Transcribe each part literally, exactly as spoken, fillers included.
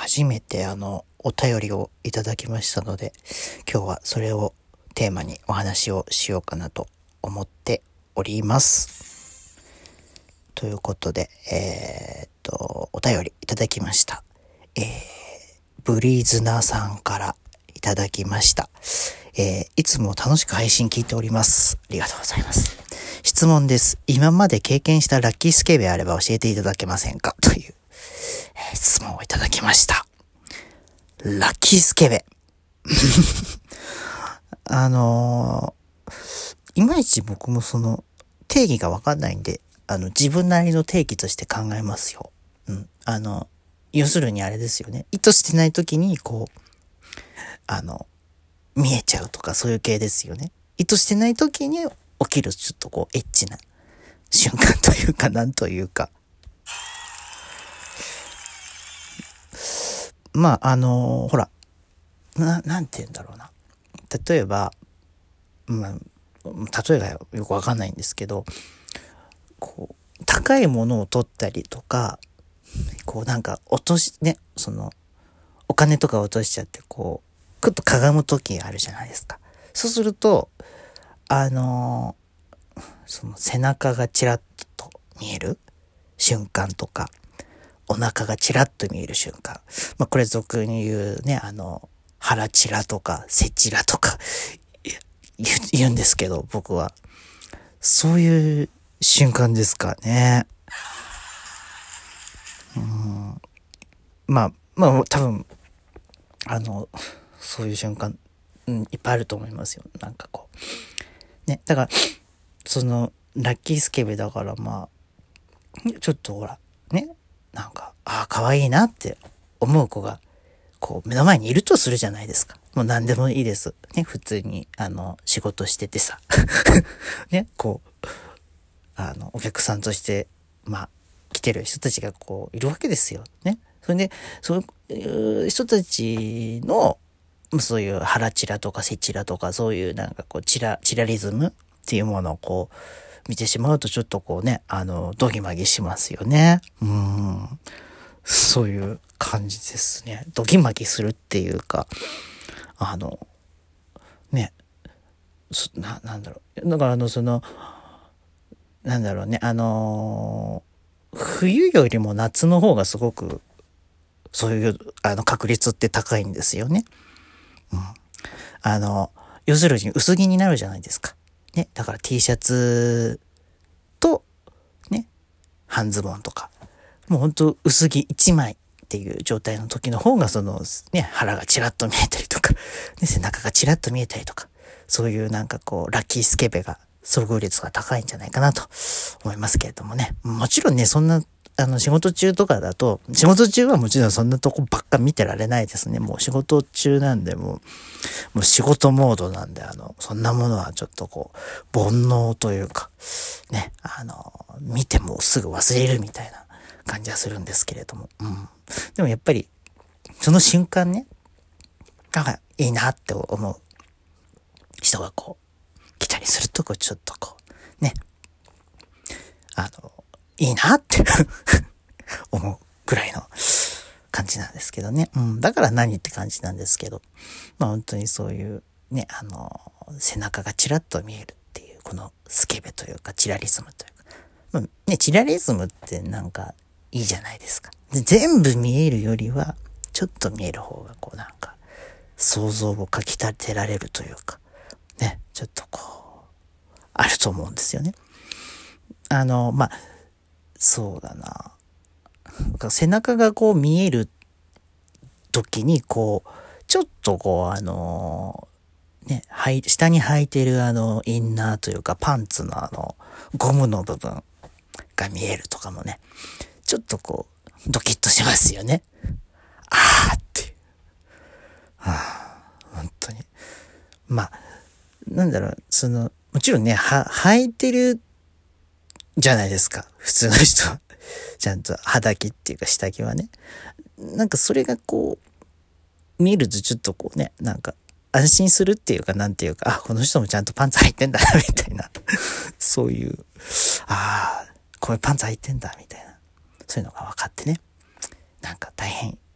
初めてあのお便りをいただきましたので、今日はそれをテーマにお話をしようかなと思っております。ということで、えー、っとお便りいただきました。えー、ブリーズナさんからいただきました。えー、いつも楽しく配信聞いております。ありがとうございます。質問です。今まで経験したラッキースケベあれば教えていただけませんかという、えー、質問をいただきました。ラッキースケベあのー、いまいち僕もその定義がわかんないんで、あの自分なりの定義として考えますよ。うん、あの要するにあれですよね。意図してない時にこうあの見えちゃうとかそういう系ですよね。意図してない時に起きるちょっとこうエッチな瞬間というかなんというか。まああのー、ほらななんて言うんだろうな。例えば、まあ例えがよくわかんないんですけど、こう高いものを取ったりとか、こうなんか落としね、そのお金とか落としちゃってこうくっとかがむ時あるじゃないですか。そうするとあのー、その背中がちらっと見える瞬間とか、お腹がちらっと見える瞬間、まあこれ俗に言うね、あの腹ちらとか背ちらとか言うんですけど、僕はそういう瞬間ですかね。うん、まあまあ多分あのそういう瞬間、うん、いっぱいあると思いますよ。なんかこうね、だからそのラッキースケベだから、まあちょっとほらね、なんかああ可愛いなって思う子がこう目の前にいるとするじゃないですか。もう何でもいいですね。普通にあの仕事しててさね、こうあのお客さんとしてまあ来てる人たちがこういるわけですよね。それでそういう人たちのそういう腹チラとか背チラとかそういうなんかこうチラチラリズムっていうものをこう見てしまうとちょっとこうね、あのドギマギしますよね。うーん、そういう感じですね。ドギマギするっていうか、あのね、な、なんだろう。だからあのそのなんだろうね、あのー、冬よりも夏の方がすごくそういうあの確率って高いんですよね。うん、あの要するに薄着になるじゃないですか。ね、だから T シャツとね半ズボンとか、もうほんと薄着いちまいっていう状態の時の方がそのね腹がチラッと見えたりとか、ね、背中がチラッと見えたりとか、そういうなんかこうラッキースケベが遭遇率が高いんじゃないかなと思いますけれどもね。もちろんね、そんなあの仕事中とかだと、仕事中はもちろんそんなとこばっか見てられないですね。もう仕事中なんで、もうもう仕事モードなんで、あのそんなものはちょっとこう煩悩というかね、あの見てもすぐ忘れるみたいな感じはするんですけれども、うん、でもやっぱりその瞬間ね、なんかいいなって思う人がこう来たりすると、こうちょっとこうね、あのいいなって思うぐらいの感じなんですけどね。うん、だから何って感じなんですけど、まあ本当にそういうね、あの背中がちらっと見えるっていうこのスケベというかチラリズムというか、まあ、ね、チラリズムってなんかいいじゃないですか。で全部見えるよりはちょっと見える方がこうなんか想像をかき立てられるというかね、ちょっとこうあると思うんですよね。あのまあそうだな、背中がこう見える時にこうちょっとこうあのね、はい、下に履いてるあのインナーというかパンツのあのゴムの部分が見えるとかもね、ちょっとこうドキッとしますよね。あーっていう、はあ、本当にまあなんだろう、そのもちろんね、は履いてるじゃないですか、普通の人は。ちゃんと肌着っていうか下着はね。なんかそれがこう見るとちょっとこうね、なんか安心するっていうかなんていうか、あ、この人もちゃんとパンツ履いてんだなみたいなそういう、ああこういうパンツ履いてんだみたいな、そういうのが分かってね、なんか大変いいかな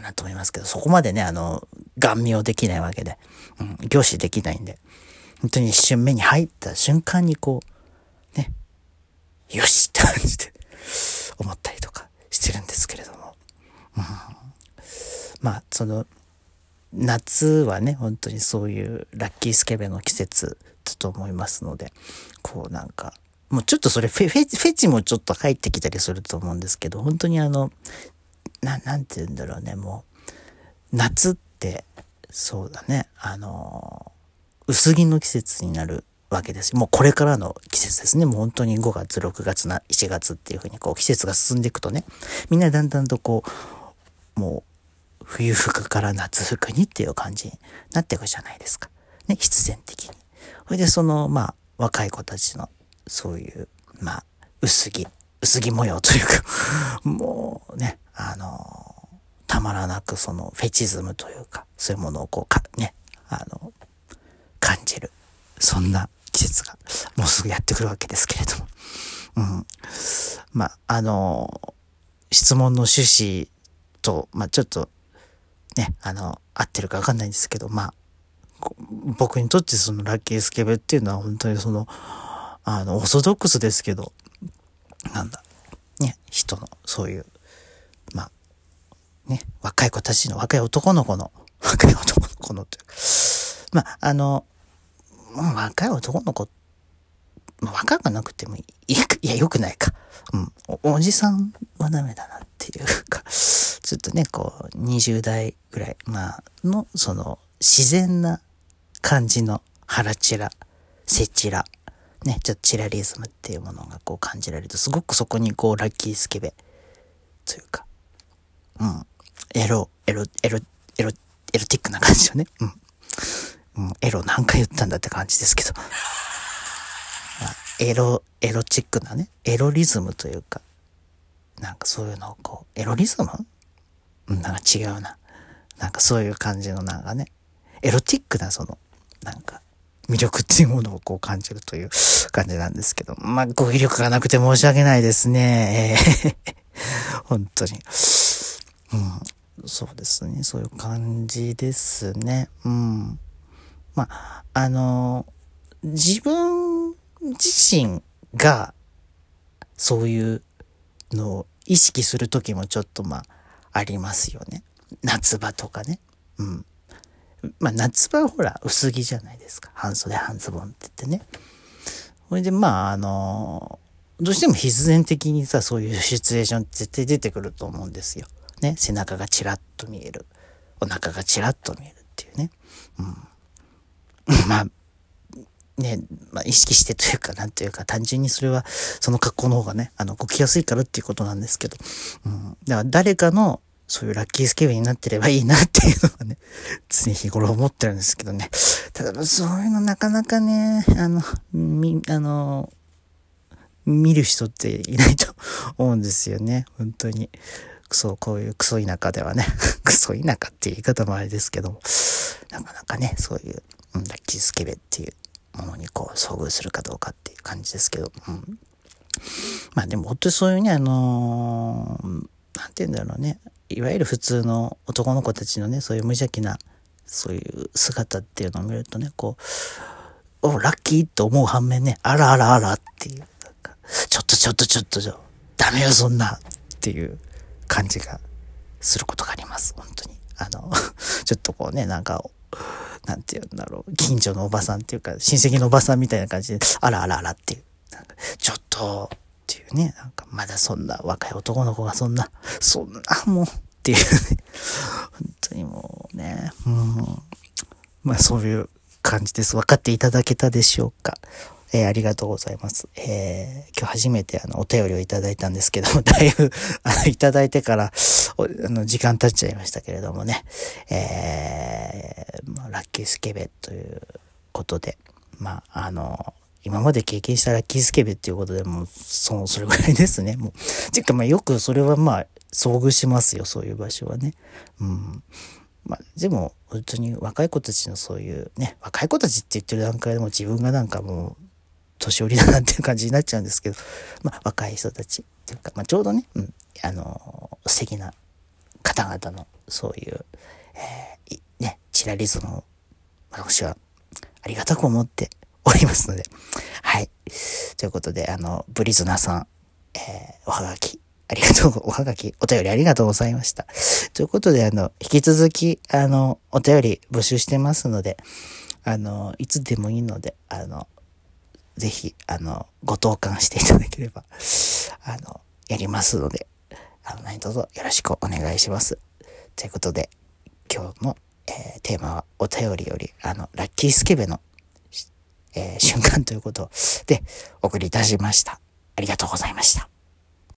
なと思いますけど、そこまでね、あの、顔見できないわけで、うん、凝視できないんで、本当に一瞬目に入った瞬間にこう、ね、よしって感じで思ったりとかしてるんですけれども。うん、まあ、その、夏はね、本当にそういうラッキースケベの季節だと思いますので、こうなんか、もうちょっとそれフェ、フェ、フェチもちょっと入ってきたりすると思うんですけど、本当にあの、な、なんて言うんだろうね、もう、夏って、そうだね、あの、薄着の季節になるわけです。もうこれからの季節ですね。もう本当にごがつ、ろくがつな、しちがつっていう風にこう季節が進んでいくとね、みんなだんだんとこう、もう、冬服から夏服にっていう感じになっていくじゃないですか。ね、必然的に。それでその、まあ、若い子たちの、そういう、まあ、薄着、薄着模様というか、もうね、あの、たまらなくそのフェチズムというか、そういうものをこうか、ね、あの、感じる。そんな季節がもうすぐやってくるわけですけれども。うん。まあ、あの、質問の趣旨と、まあちょっと、ね、あの、合ってるかわかんないんですけど、まあ、僕にとってそのラッキースケベっていうのは本当にその、あの、オーソドックスですけど、なんだ、ね、人の、そういう、まあ、ね、若い子たちの、若い男の子の、若い男の子のというか、まあ、あの、若い男の子、まあ、若くなくてもいい、いや、よくないか。うん。お、おじさんはダメだなっていうか、ちょっとね、こう、にじゅう代ぐらい、まあ、の、その、自然な感じの腹チラ、セチラ、ね、ちょっとチラリズムっていうものがこう感じられると、すごくそこにこう、ラッキースケベ、というか、うん。エロ、エロ、エロ、エロ、エロティックな感じよね。うん。うん、エロ何回言ったんだって感じですけど。エロ、エロチックなね、エロリズムというか、なんかそういうのをこう、エロリズム？うん、なんか違うな。なんかそういう感じのなんかね、エロティックなその、なんか、魅力っていうものをこう感じるという感じなんですけど、まあ、語彙力がなくて申し訳ないですね。えー、本当に。うん、そうですね。そういう感じですね。うん。まあ、あの、自分自身がそういうのを意識するときもちょっとまあありますよね。夏場とかね。うん。まあ夏場はほら薄着じゃないですか。半袖半ズボンって言ってね。それでまああの、どうしても必然的にさ、そういうシチュエーション絶対出てくると思うんですよ。ね。背中がチラッと見える。お腹がチラッと見えるっていうね。うん。まあ、ね、まあ意識してというか、なんていうか、単純にそれは、その格好の方がね、あの、動きやすいからっていうことなんですけど、うん。だから誰かの、そういうラッキースケベになってればいいなっていうのはね、常日頃思ってるんですけどね。ただ、そういうのなかなかね、あの、み、あの、見る人っていないと思うんですよね。本当に。そう、こういうクソ田舎ではね、クソ田舎っていう言い方もあれですけども、なかなかね、そういう、うん、ラッキースケベっていうものにこう遭遇するかどうかっていう感じですけど、うん、まあでも本当にそういうね、あのー、なんて言うんだろうね、いわゆる普通の男の子たちのね、そういう無邪気な、そういう姿っていうのを見るとね、こう、お、ラッキーと思う反面ね、あらあらあらっていう、なんかちょっとちょっとちょっとじゃ、ダメよそんなっていう感じがすることがあります、本当に。あの、ちょっとこうね、なんか、なんて言うんだろう、近所のおばさんっていうか、親戚のおばさんみたいな感じで、あらあらあらっていう、なんかちょっと、っていうね、なんかまだそんな若い男の子がそんな、そんなもう、っていうね、本当にもうね、うん、まあそういう感じです。分かっていただけたでしょうか。えー、ありがとうございます。えー、今日初めてあの、お便りをいただいたんですけども、だいぶ、あの、いただいてから、あの、時間経っちゃいましたけれどもね、えー、まあ、ラッキースケベということで、まあ、あの、今まで経験したラッキースケベっていうことでもう、その、それぐらいですね、もう。てか、まあ、よくそれはまあ、遭遇しますよ、そういう場所はね。うん。まあ、でも、本当に若い子たちのそういうね、若い子たちって言ってる段階でも自分がなんかもう、年寄りだなっていう感じになっちゃうんですけど、まあ、若い人たちっていうか、まあ、ちょうどね、うん、あの、素敵な方々のそういう、えー、ね、チラリズムを私はありがたく思っておりますので、はい。ということで、あの、ブリズナさん、えー、おはがき、ありがとう、おはがき、お便りありがとうございました。ということで、あの、引き続き、あの、お便り募集してますので、あの、いつでもいいので、あの、ぜひ、あの、ご投函していただければ、あの、やりますので、あの、何卒よろしくお願いします。ということで、今日の、えー、テーマはお便りより、あの、ラッキースケベの、えー、瞬間ということで、お送りいたしました。ありがとうございました。